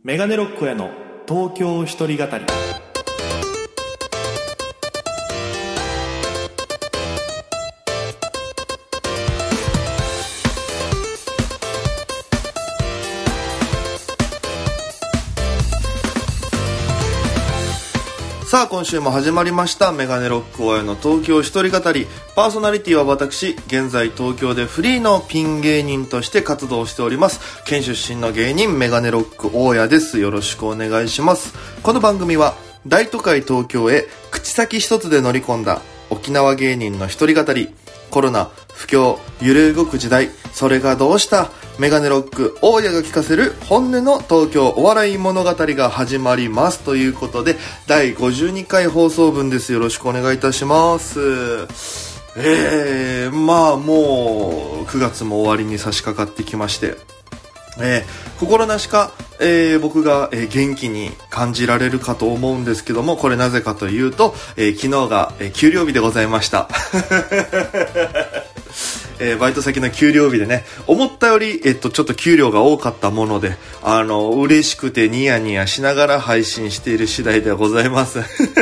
メガネロックへの東京一人語り。 さあ今週も始まりましたメガネロック大家の東京一人語り。パーソナリティは私、現在東京でフリーのピン芸人として活動しております県出身の芸人メガネロック大家です。よろしくお願いします。この番組は大都会東京へ口先一つで乗り込んだ沖縄芸人の一人語り。コロナ、不況、揺れ動く時代、それがどうした、メガネロック大家が聞かせる本音の東京お笑い物語が始まりますということで、第52回放送分です。よろしくお願いいたします。まあもう9月も終わりに差し掛かってきまして、心なしか、僕が、元気に感じられるかと思うんですけども、これなぜかというと、昨日が、給料日でございましたバイト先の給料日でね、思ったより、ちょっと給料が多かったもので、嬉しくてニヤニヤしながら配信している次第ではございます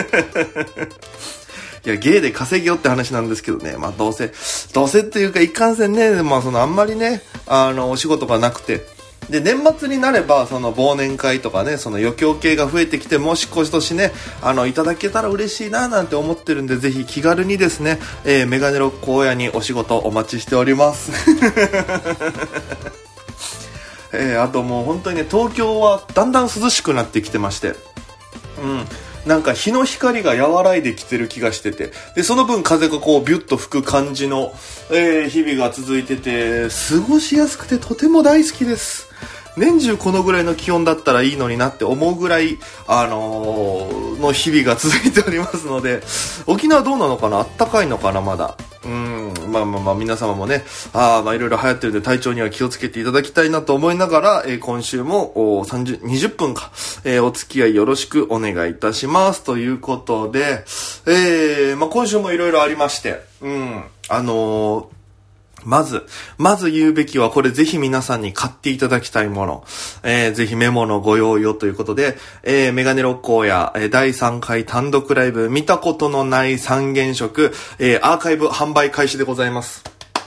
いや、芸で稼ぎよって話なんですけどね。まあ、どうせっていうか、一貫線ね、まあ、あんまりね、お仕事がなくて。で、年末になれば、忘年会とかね、余興系が増えてきて、もし今年ね、いただけたら嬉しいな、なんて思ってるんで、ぜひ気軽にですね、メガネロック大家にお仕事お待ちしております。あともう本当にね、東京はだんだん涼しくなってきてまして。なんか日の光が和らいできてる気がしてて、でその分風がこうビュッと吹く感じの、日々が続いてて、過ごしやすくてとても大好きです。年中このぐらいの気温だったらいいのになって思うぐらい、の日々が続いておりますので、沖縄どうなのかな、あったかいのかな、まだ。まあ皆様もね、いろいろ流行ってるんで体調には気をつけていただきたいなと思いながら、今週も20分か、お付き合いよろしくお願いいたしますということで、今週もいろいろありまして、まず言うべきは、これぜひ皆さんに買っていただきたいもの。ぜひメモのご用意をということで、メガネロック大家、第3回単独ライブ、見たことのない三原色、アーカイブ販売開始でございます。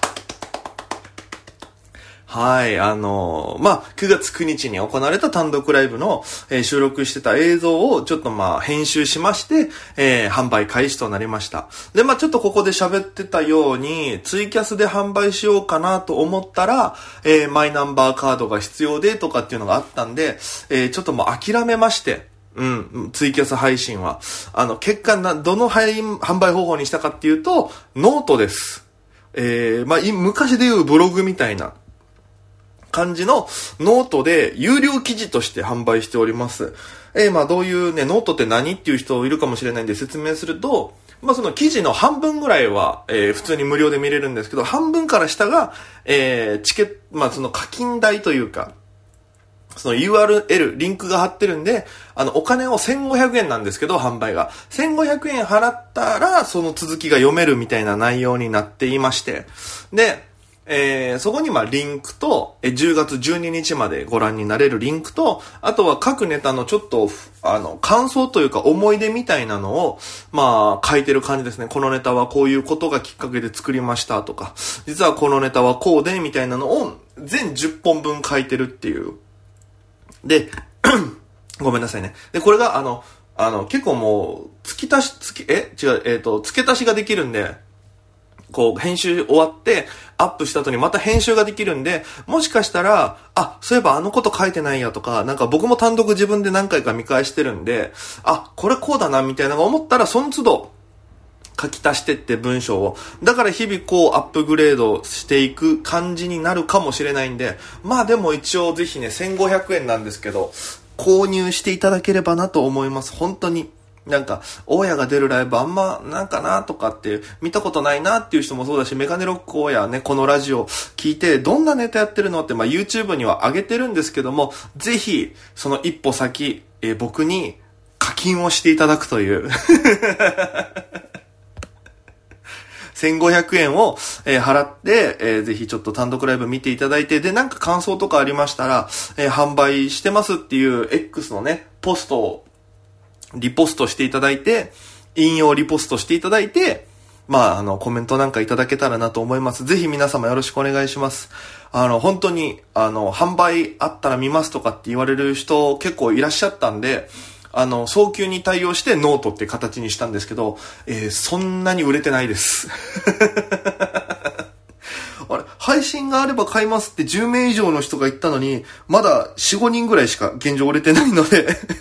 はい、9月9日に行われた単独ライブの、収録してた映像をちょっと編集しまして、販売開始となりました。で、ちょっとここで喋ってたように、ツイキャスで販売しようかなと思ったら、マイナンバーカードが必要でとかっていうのがあったんで、ちょっと諦めまして、ツイキャス配信は。結果どの販売方法にしたかっていうと、ノートです。昔でいうブログみたいな感じのノートで有料記事として販売しております。どういうね、ノートって何っていう人いるかもしれないんで説明すると、その記事の半分ぐらいは、普通に無料で見れるんですけど、半分から下が、その課金代というか、その URL、リンクが貼ってるんで、お金を1500円なんですけど、販売が。1500円払ったら、その続きが読めるみたいな内容になっていまして。で、そこにリンクと、10月12日までご覧になれるリンクと、あとは各ネタのちょっと、感想というか思い出みたいなのを、書いてる感じですね。このネタはこういうことがきっかけで作りましたとか、実はこのネタはこうで、みたいなのを全10本分書いてるっていう。で、ごめんなさいね。で、これが結構もう、付け足しができるんで、編集終わって、アップした後にまた編集ができるんで、もしかしたら、そういえばこと書いてないやとか、なんか僕も単独自分で何回か見返してるんで、これこうだな、みたいなのが思ったら、その都度、書き足してって文章を。だから日々アップグレードしていく感じになるかもしれないんで、でも一応ぜひね、1500円なんですけど、購入していただければなと思います。本当に。なんか、大家が出るライブあんまなんかなとかって見たことないなっていう人もそうだし、メガネロック大家ね、このラジオ聞いてどんなネタやってるのってYouTube には上げてるんですけども、ぜひその一歩先、僕に課金をしていただくという 1500円を、払って、ぜひちょっと単独ライブ見ていただいて、で、なんか感想とかありましたら、販売してますっていう X のね、ポストをリポストしていただいて、引用リポストしていただいて、コメントなんかいただけたらなと思います。ぜひ皆様よろしくお願いします。本当に、販売あったら見ますとかって言われる人結構いらっしゃったんで、早急に対応してノートって形にしたんですけど、そんなに売れてないです。あれ、配信があれば買いますって10名以上の人が言ったのに、まだ4、5人ぐらいしか現状売れてないので、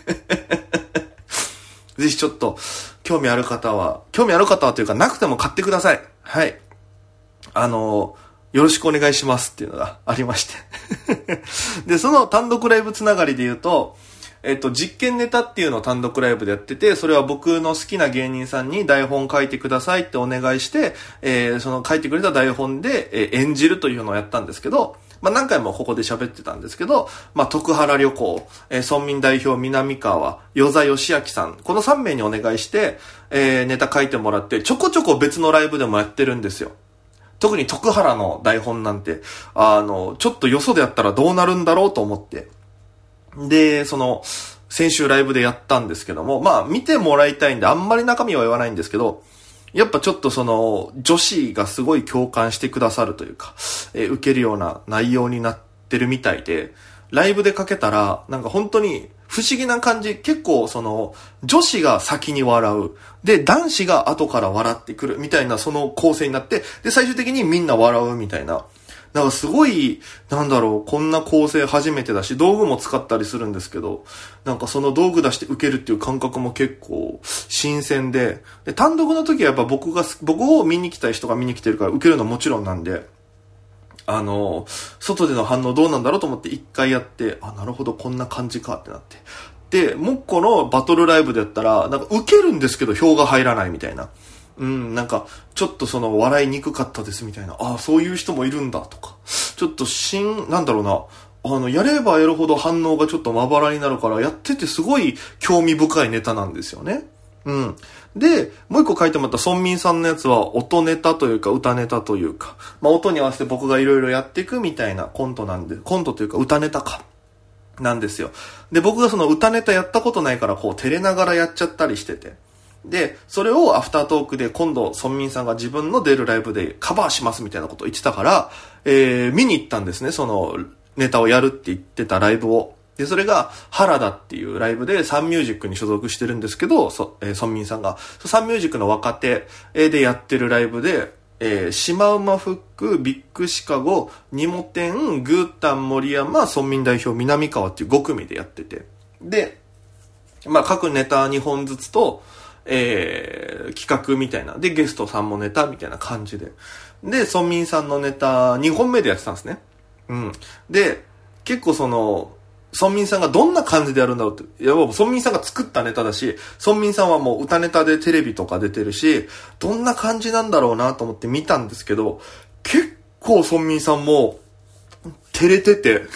ぜひちょっと、興味ある方はというかなくても買ってください。はい。よろしくお願いしますっていうのがありまして。で、その単独ライブつながりで言うと、実験ネタっていうのを単独ライブでやってて、それは僕の好きな芸人さんに台本書いてくださいってお願いして、その書いてくれた台本で、演じるというのをやったんですけど、何回もここで喋ってたんですけど、徳原旅行、村民代表南川、与座義明さん、この3名にお願いして、ネタ書いてもらって、ちょこちょこ別のライブでもやってるんですよ。特に徳原の台本なんて、ちょっとよそでやったらどうなるんだろうと思って。で、先週ライブでやったんですけども、見てもらいたいんで、あんまり中身は言わないんですけど、やっぱちょっと女子がすごい共感してくださるというか、受けるような内容になってるみたいで、ライブでかけたら、なんか本当に不思議な感じ、結構女子が先に笑う。で、男子が後から笑ってくるみたいなその構成になって、で、最終的にみんな笑うみたいな。なんかすごい、こんな構成初めてだし、道具も使ったりするんですけど、なんかその道具出して受けるっていう感覚も結構新鮮で、単独の時はやっぱ僕を見に来たい人が見に来てるから受けるのはもちろんなんで、外での反応どうなんだろうと思って一回やって、なるほど、こんな感じかってなって。で、もっこのバトルライブでやったら、なんか受けるんですけど票が入らないみたいな。なんか、ちょっと笑いにくかったですみたいな。そういう人もいるんだとか。ちょっとやればやるほど反応がちょっとまばらになるから、やっててすごい興味深いネタなんですよね。で、もう一個書いてもらった村民さんのやつは音ネタというか歌ネタというか、音に合わせて僕がいろいろやっていくみたいなコントなんで、コントというか歌ネタか。なんですよ。で、僕が歌ネタやったことないから、照れながらやっちゃったりしてて。で、それをアフタートークで今度村民さんが自分の出るライブでカバーしますみたいなことを言ってたから、見に行ったんですね、そのネタをやるって言ってたライブを。で、それが原田っていうライブでサンミュージックに所属してるんですけど、村民さんが。サンミュージックの若手でやってるライブで、シマウマフック、ビッグシカゴ、ニモテン、グータン、森山、村民代表、南川っていう5組でやってて。で、各ネタ2本ずつと、企画みたいな。で、ゲストさんもネタみたいな感じで。で、村民さんのネタ2本目でやってたんですね。で、結構村民さんがどんな感じでやるんだろうって。いや、村民さんが作ったネタだし、村民さんはもう歌ネタでテレビとか出てるし、どんな感じなんだろうなと思って見たんですけど、結構村民さんも、照れてて。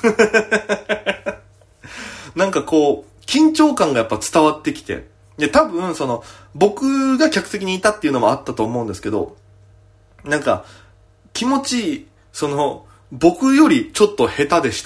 なんか緊張感がやっぱ伝わってきて。で、多分、僕が客席にいたっていうのもあったと思うんですけど、なんか、気持ちいい、僕よりちょっと下手でした。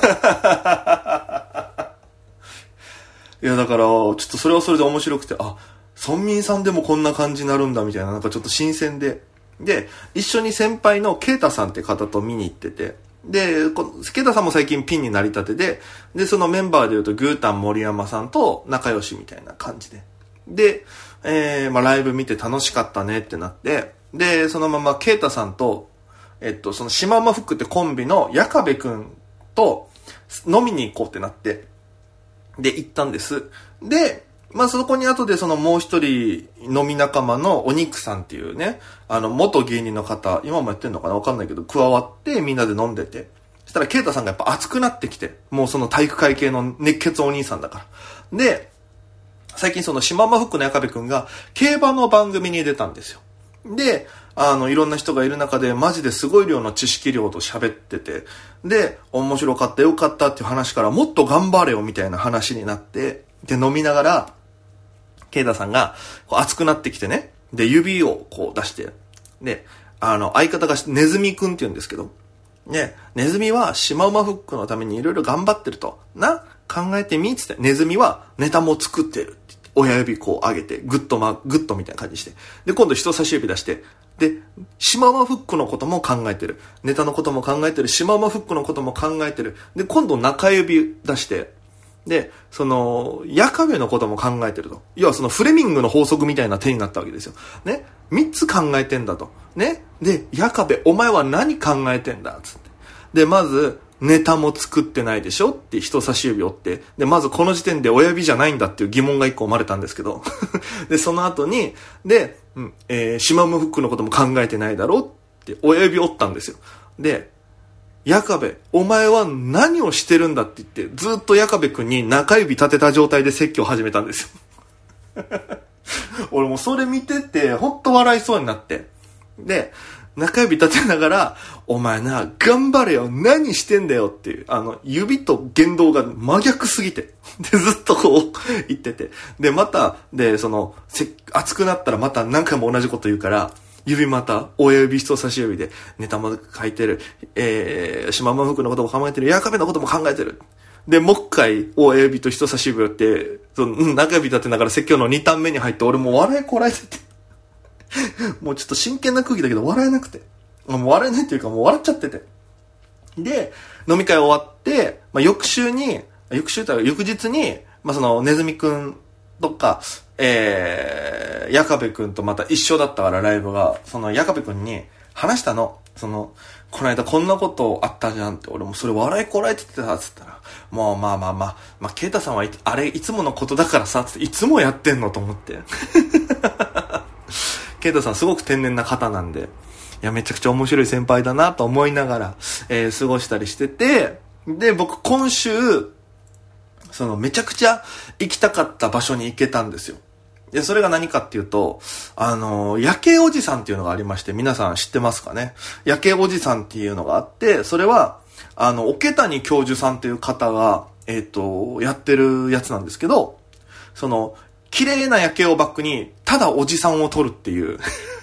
いや、だから、ちょっとそれはそれで面白くて、村民さんでもこんな感じになるんだみたいな、なんかちょっと新鮮で。で、一緒に先輩のケイタさんって方と見に行ってて、で、ケイタさんも最近ピンになりたてで、で、そのメンバーで言うとグータン森山さんと仲良しみたいな感じで。で、ライブ見て楽しかったねってなって、で、そのままケイタさんと、そのシマウマフックってコンビの矢壁くんと飲みに行こうってなって、で、行ったんです。で、そこに後でもう一人飲み仲間のお肉さんっていうね、元芸人の方、今もやってんのかなわかんないけど、加わってみんなで飲んでて。そしたらケイタさんがやっぱ熱くなってきて、もう体育会系の熱血お兄さんだから。で、最近シマウマフックの矢壁くんが競馬の番組に出たんですよ。で、いろんな人がいる中でマジですごい量の知識量と喋ってて、で、面白かったよかったっていう話からもっと頑張れよみたいな話になって、で、飲みながら、ケイタさんが熱くなってきてね、で、指を出して、 で、相方がネズミくんって言うんですけど、ね、ネズミはシマウマフックのためにいろいろ頑張ってると。考えてみっつって、ネズミはネタも作ってるって言って、親指こう上げて、グッドみたいな感じして。で、今度人差し指出して、で、シマウマフックのことも考えてる。ネタのことも考えてる。シマウマフックのことも考えてる。で、今度中指出して、で、ヤカベのことも考えてると。要はフレミングの法則みたいな手になったわけですよ。ね。3つ考えてんだと。ね。で、ヤカベ、お前は何考えてんだつって。で、まず、ネタも作ってないでしょって人差し指折って。で、まずこの時点で親指じゃないんだっていう疑問が一個生まれたんですけど。で、その後に、で、シマウマフックのことも考えてないだろって親指折ったんですよ。で、ヤカベ、お前は何をしてるんだって言って、ずっとヤカベ君に中指立てた状態で説教を始めたんですよ。俺もそれ見てて、ほんと笑いそうになって。で、中指立てながら、お前な、頑張れよ、何してんだよっていう、指と言動が真逆すぎて。で、ずっとこう、言ってて。で、また、で、熱くなったらまた何回も同じこと言うから、指また、親指人差し指で、ネタも書いてる、シマウマフックのことも考えてる、ヤカベのことも考えてる。で、もう一回、親指と人差し指をやって、中指立てながら説教の2ターン目に入って、俺もう笑いこらえてて。もうちょっと真剣な空気だけど笑えなくて。もう笑えないっていうかもう笑っちゃってて。で、飲み会終わって、翌日に、ネズミくんとか、ヤカベくんとまた一緒だったからライブが、ヤカベくんに話したの。この間こんなことあったじゃんって、俺もそれ笑いこらえててさ、つったら、もうまあ、ケイタさんはあれいつものことだからさ、つっていつもやってんのと思って。ケイタさんすごく天然な方なんで、いや、めちゃくちゃ面白い先輩だなと思いながら、過ごしたりしてて、で、僕今週、めちゃくちゃ行きたかった場所に行けたんですよ。で、それが何かっていうと、夜景おじさんっていうのがありまして、皆さん知ってますかね？夜景おじさんっていうのがあって、それは、桶谷教授さんっていう方が、やってるやつなんですけど、綺麗な夜景をバックに、ただおじさんを撮るっていう。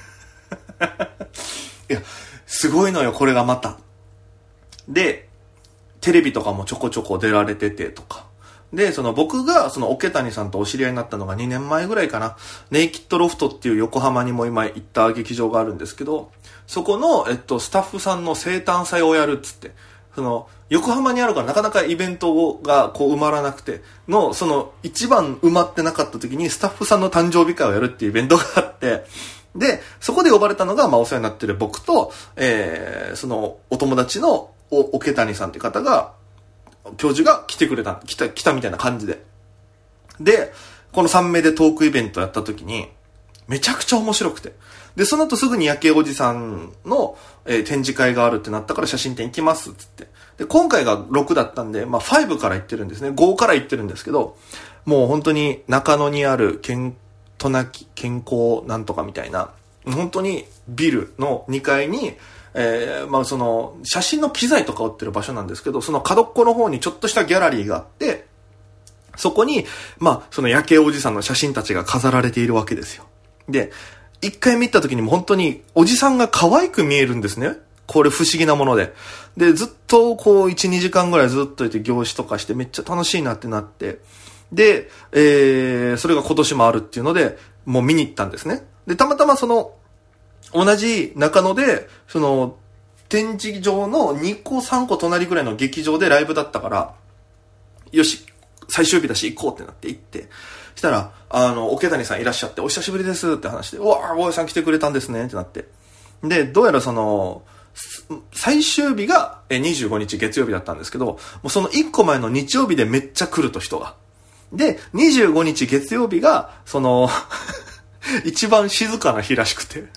いや、すごいのよ、これがまた。で、テレビとかもちょこちょこ出られててとか。で、僕が桶谷さんとお知り合いになったのが2年前ぐらいかな。ネイキッドロフトっていう横浜にも今行った劇場があるんですけど、そこの、スタッフさんの生誕祭をやるっつって。横浜にあるからなかなかイベントがこう埋まらなくての、一番埋まってなかった時にスタッフさんの誕生日会をやるっていうイベントがあって、で、そこで呼ばれたのが、お世話になってる僕と、お友達の桶谷さんっていう方が、教授が来たみたいな感じで。で、この3名でトークイベントやった時に、めちゃくちゃ面白くて。で、その後すぐに夜景おじさんの、展示会があるってなったから写真展行きますっつって。で、今回が6だったんで、5から行ってるんですね。5から行ってるんですけど、もう本当に中野にある健康なんとかみたいな、本当にビルの2階に、写真の機材とか売ってる場所なんですけど、その角っこの方にちょっとしたギャラリーがあって、そこに、夜景おじさんの写真たちが飾られているわけですよ。で、1回見た時にも本当におじさんが可愛く見えるんですね。これ不思議なもので。で、ずっとこう1、2時間ぐらいずっといて凝視とかしてめっちゃ楽しいなってなって、で、それが今年もあるっていうので、もう見に行ったんですね。で、たまたま同じ中野で、展示場の2個3個隣ぐらいの劇場でライブだったから、よし、最終日だし行こうってなって行って、したら、桶谷さんいらっしゃって、お久しぶりですって話で、うわー、大江さん来てくれたんですねってなって。で、どうやら最終日が25日月曜日だったんですけど、もうその1個前の日曜日でめっちゃ来ると人が。で、25日月曜日が、一番静かな日らしくて。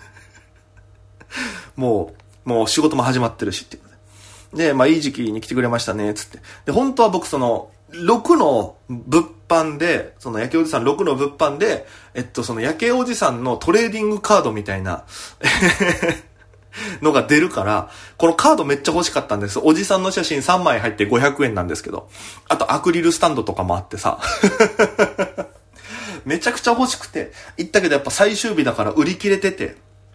もう仕事も始まってるしっていうことで。で、いい時期に来てくれましたね、つって。で、本当は僕6の物販で、夜景おじさん6の物販で、夜景おじさんのトレーディングカードみたいな、のが出るから、このカードめっちゃ欲しかったんです。おじさんの写真3枚入って500円なんですけど、あとアクリルスタンドとかもあってさ、めちゃくちゃ欲しくて、行ったけどやっぱ最終日だから売り切れてて、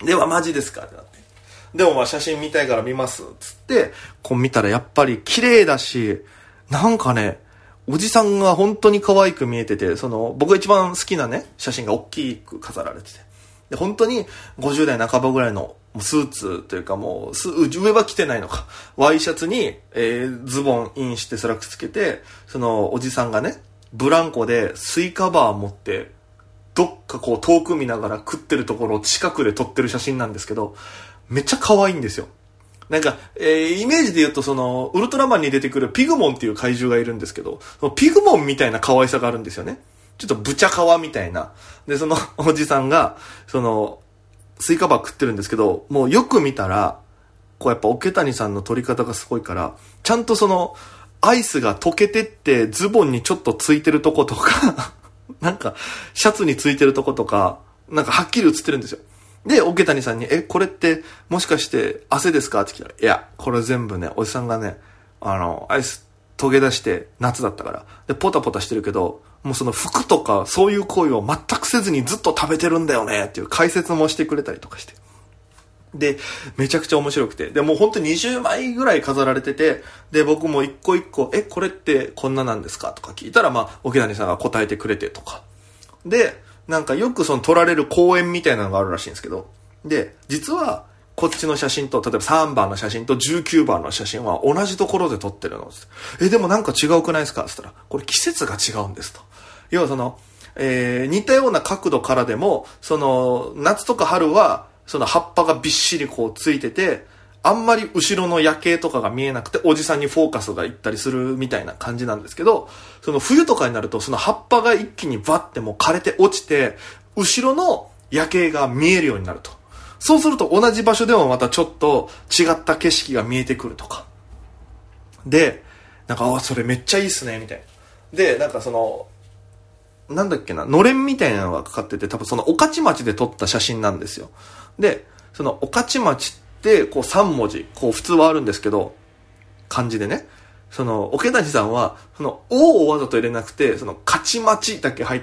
ではマジですかってなって。でもまあ写真見たいから見ます。つって、こう見たらやっぱり綺麗だし、なんかね、おじさんが本当に可愛く見えてて、僕が一番好きなね、写真が大きく飾られてて。で、本当に50代半ばぐらいのスーツというかもう、上は着てないのか。ワイシャツに、ズボンインしてスラックスつけて、おじさんがね、ブランコでスイカバー持って、どっかこう遠く見ながら食ってるところを近くで撮ってる写真なんですけど、めっちゃ可愛いんですよ。なんか、イメージで言うとウルトラマンに出てくるピグモンっていう怪獣がいるんですけど、ピグモンみたいな可愛さがあるんですよね。ちょっとブチャカワみたいな。で、おじさんが、スイカバー食ってるんですけど、もうよく見たら、こうやっぱ桶谷さんの撮り方がすごいから、ちゃんとアイスが溶けてってズボンにちょっとついてるとことか、なんか、シャツについてるとことか、なんかはっきり映ってるんですよ。で、桶谷さんに、これって、もしかして、汗ですかって聞いたら、いや、これ全部ね、おじさんがね、アイス溶け出して、夏だったから。で、ポタポタしてるけど、もう服とか、そういう行為を全くせずにずっと食べてるんだよね、っていう解説もしてくれたりとかして。で、めちゃくちゃ面白くて。で、もう本当に20枚ぐらい飾られてて、で、僕も一個一個、これってこんななんですかとか聞いたら、まあ、桶谷さんが答えてくれてとか。で、なんかよく撮られる公園みたいなのがあるらしいんですけど、で、実は、こっちの写真と、例えば3番の写真と19番の写真は同じところで撮ってるの。でもなんか違うくないですかって言ったら、これ季節が違うんですと。要は似たような角度からでも、夏とか春は、葉っぱがびっしりこうついてて、あんまり後ろの夜景とかが見えなくて、おじさんにフォーカスがいったりするみたいな感じなんですけど、冬とかになると、葉っぱが一気にバッてもう枯れて落ちて、後ろの夜景が見えるようになると。そうすると同じ場所でもまたちょっと違った景色が見えてくるとか。で、なんか、それめっちゃいいっすね、みたいな。で、なんかなんだっけな、のれんみたいなのがかかってて、多分御徒町で撮った写真なんですよ。で、御徒町って、こう3文字、こう普通はあるんですけど、漢字でね。桶谷さんは、O をわざと入れなくて、勝ち町だけ入って、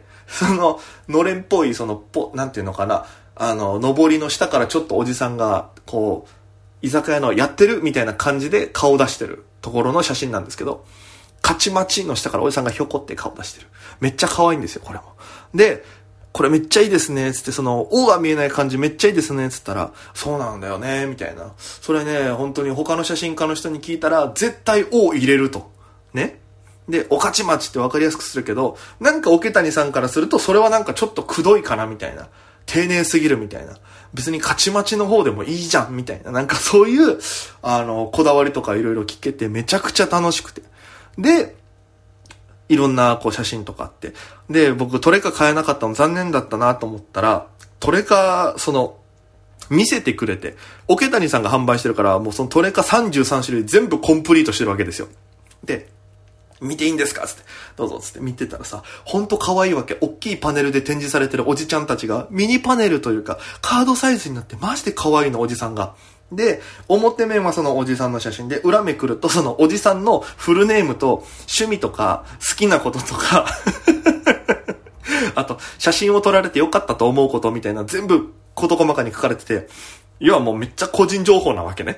のれんっぽい、なんていうのかな、上りの下からちょっとおじさんが、こう、居酒屋のやってるみたいな感じで顔出してるところの写真なんですけど、勝ち町の下からおじさんがひょこって顔出してる。めっちゃ可愛いんですよ、これも。で、これめっちゃいいですね、つってO が見えない感じめっちゃいいですね、つったら、そうなんだよね、みたいな。それね、本当に他の写真家の人に聞いたら、絶対O 入れると。ね。で、御徒町って分かりやすくするけど、なんか桶谷さんからすると、それはなんかちょっとくどいかな、みたいな。丁寧すぎるみたいな。別に勝ち町の方でもいいじゃん、みたいな。なんかそういう、こだわりとかいろいろ聞けて、めちゃくちゃ楽しくて。で、いろんなこう写真とかあって。で、僕トレカ買えなかったの残念だったなと思ったら、トレカ、見せてくれて、桶谷さんが販売してるから、もうトレカ33種類全部コンプリートしてるわけですよ。で、見ていいんですかつって。どうぞつって見てたらさ、ほんと可愛いわけ。大きいパネルで展示されてるおじちゃんたちが、ミニパネルというか、カードサイズになってマジで可愛いの、おじさんが。で、表面はそのおじさんの写真で、裏めくるとそのおじさんのフルネームと趣味とか好きなこととかあと写真を撮られてよかったと思うことみたいな全部事細かに書かれてて、要はもうめっちゃ個人情報なわけね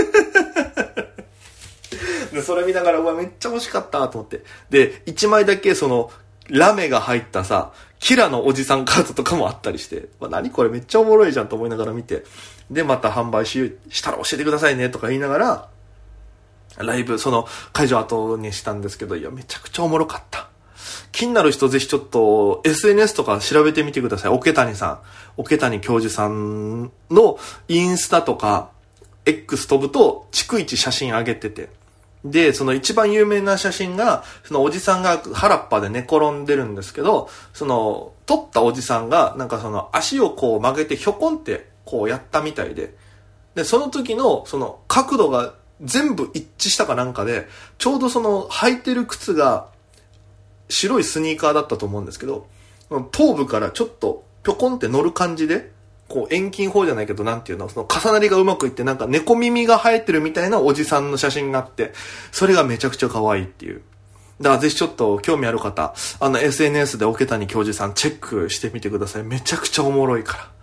で、それ見ながら、うわ、めっちゃ欲しかったと思って。で、1枚だけラメが入ったさ、キラのおじさんカードとかもあったりして、何これめっちゃおもろいじゃんと思いながら見て、で、また販売したら教えてくださいねとか言いながら、ライブ、会場後にしたんですけど、いや、めちゃくちゃおもろかった。気になる人ぜひちょっと SNS とか調べてみてください。桶谷さん、桶谷教授さんのインスタとか X 飛ぶと逐一写真上げてて、で、一番有名な写真が、おじさんが原っぱで寝転んでるんですけど、撮ったおじさんが、なんか足をこう曲げてひょこんってこうやったみたいで、で、その時の角度が全部一致したかなんかで、ちょうど履いてる靴が白いスニーカーだったと思うんですけど、頭部からちょっとぴょこんって乗る感じで、こう遠近法じゃないけど、なんていうの、重なりがうまくいって、なんか猫耳が生えてるみたいなおじさんの写真があって、それがめちゃくちゃ可愛いっていう。だからぜひちょっと興味ある方、SNS で桶谷教授さんチェックしてみてください。めちゃくちゃおもろいから。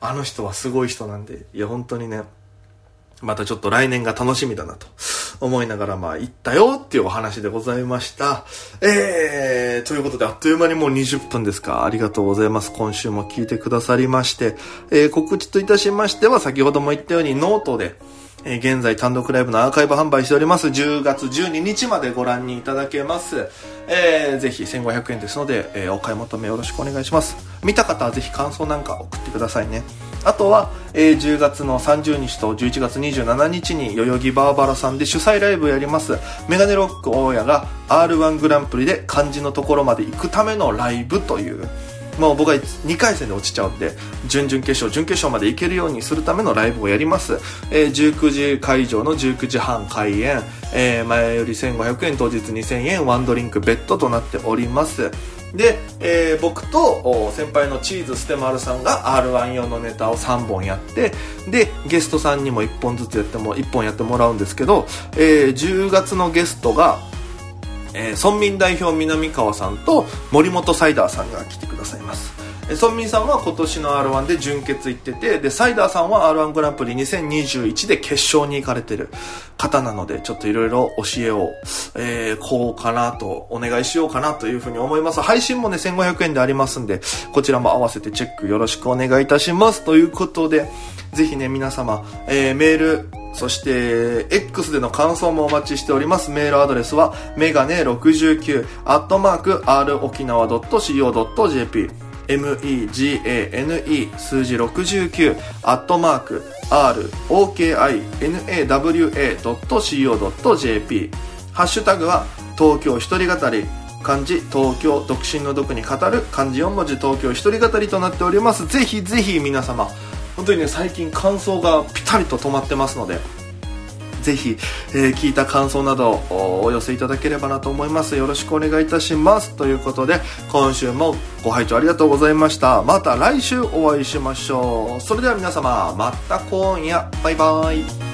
あの人はすごい人なんで、いや本当にね、またちょっと来年が楽しみだなと思いながら行ったよっていうお話でございました。ということであっという間にもう20分ですか。ありがとうございます。今週も聞いてくださりまして、告知といたしましては先ほども言ったようにノートで現在単独ライブのアーカイブ販売しております。10月12日までご覧にいただけます。ぜひ1500円ですので、お買い求めよろしくお願いします。見た方はぜひ感想なんか送ってくださいね。あとは、10月の30日と11月27日に代々木バーバラさんで主催ライブやります。メガネロック大家が R1 グランプリで漢字のところまで行くためのライブという、もう僕は2回戦で落ちちゃうんで、準々決勝準決勝まで行けるようにするためのライブをやります。19時会場の19時半開演、前より1500円当日2000円ワンドリンク別途となっております。で、僕と先輩のチーズステマルさんが R1 用のネタを3本やって、でゲストさんにも1本ずつ1本やってもらうんですけど、10月のゲストが村民代表南川さんと森本サイダーさんが来てくださいます。村民さんは今年の R1 で準決行ってて、でサイダーさんは R1 グランプリ2021で決勝に行かれてる方なので、ちょっといろいろ教えを、こうかなとお願いしようかなというふうに思います。配信もね1500円でありますんで、こちらも合わせてチェックよろしくお願いいたします。ということでぜひね皆様、メールそして X での感想もお待ちしております。メールアドレスはメガネ69@rokinawa.co.jp MEGANE 数字69@rokinawa.co.jp ハッシュタグは東京一人語り、漢字東京、独身の独に語る漢字4文字東京一人語りとなっております。ぜひぜひ皆様本当にね最近感想がピタリと止まってますので、ぜひ、聞いた感想などお寄せいただければなと思います。よろしくお願いいたします。ということで今週もご拝聴ありがとうございました。また来週お会いしましょう。それでは皆様また今夜、バイバイ。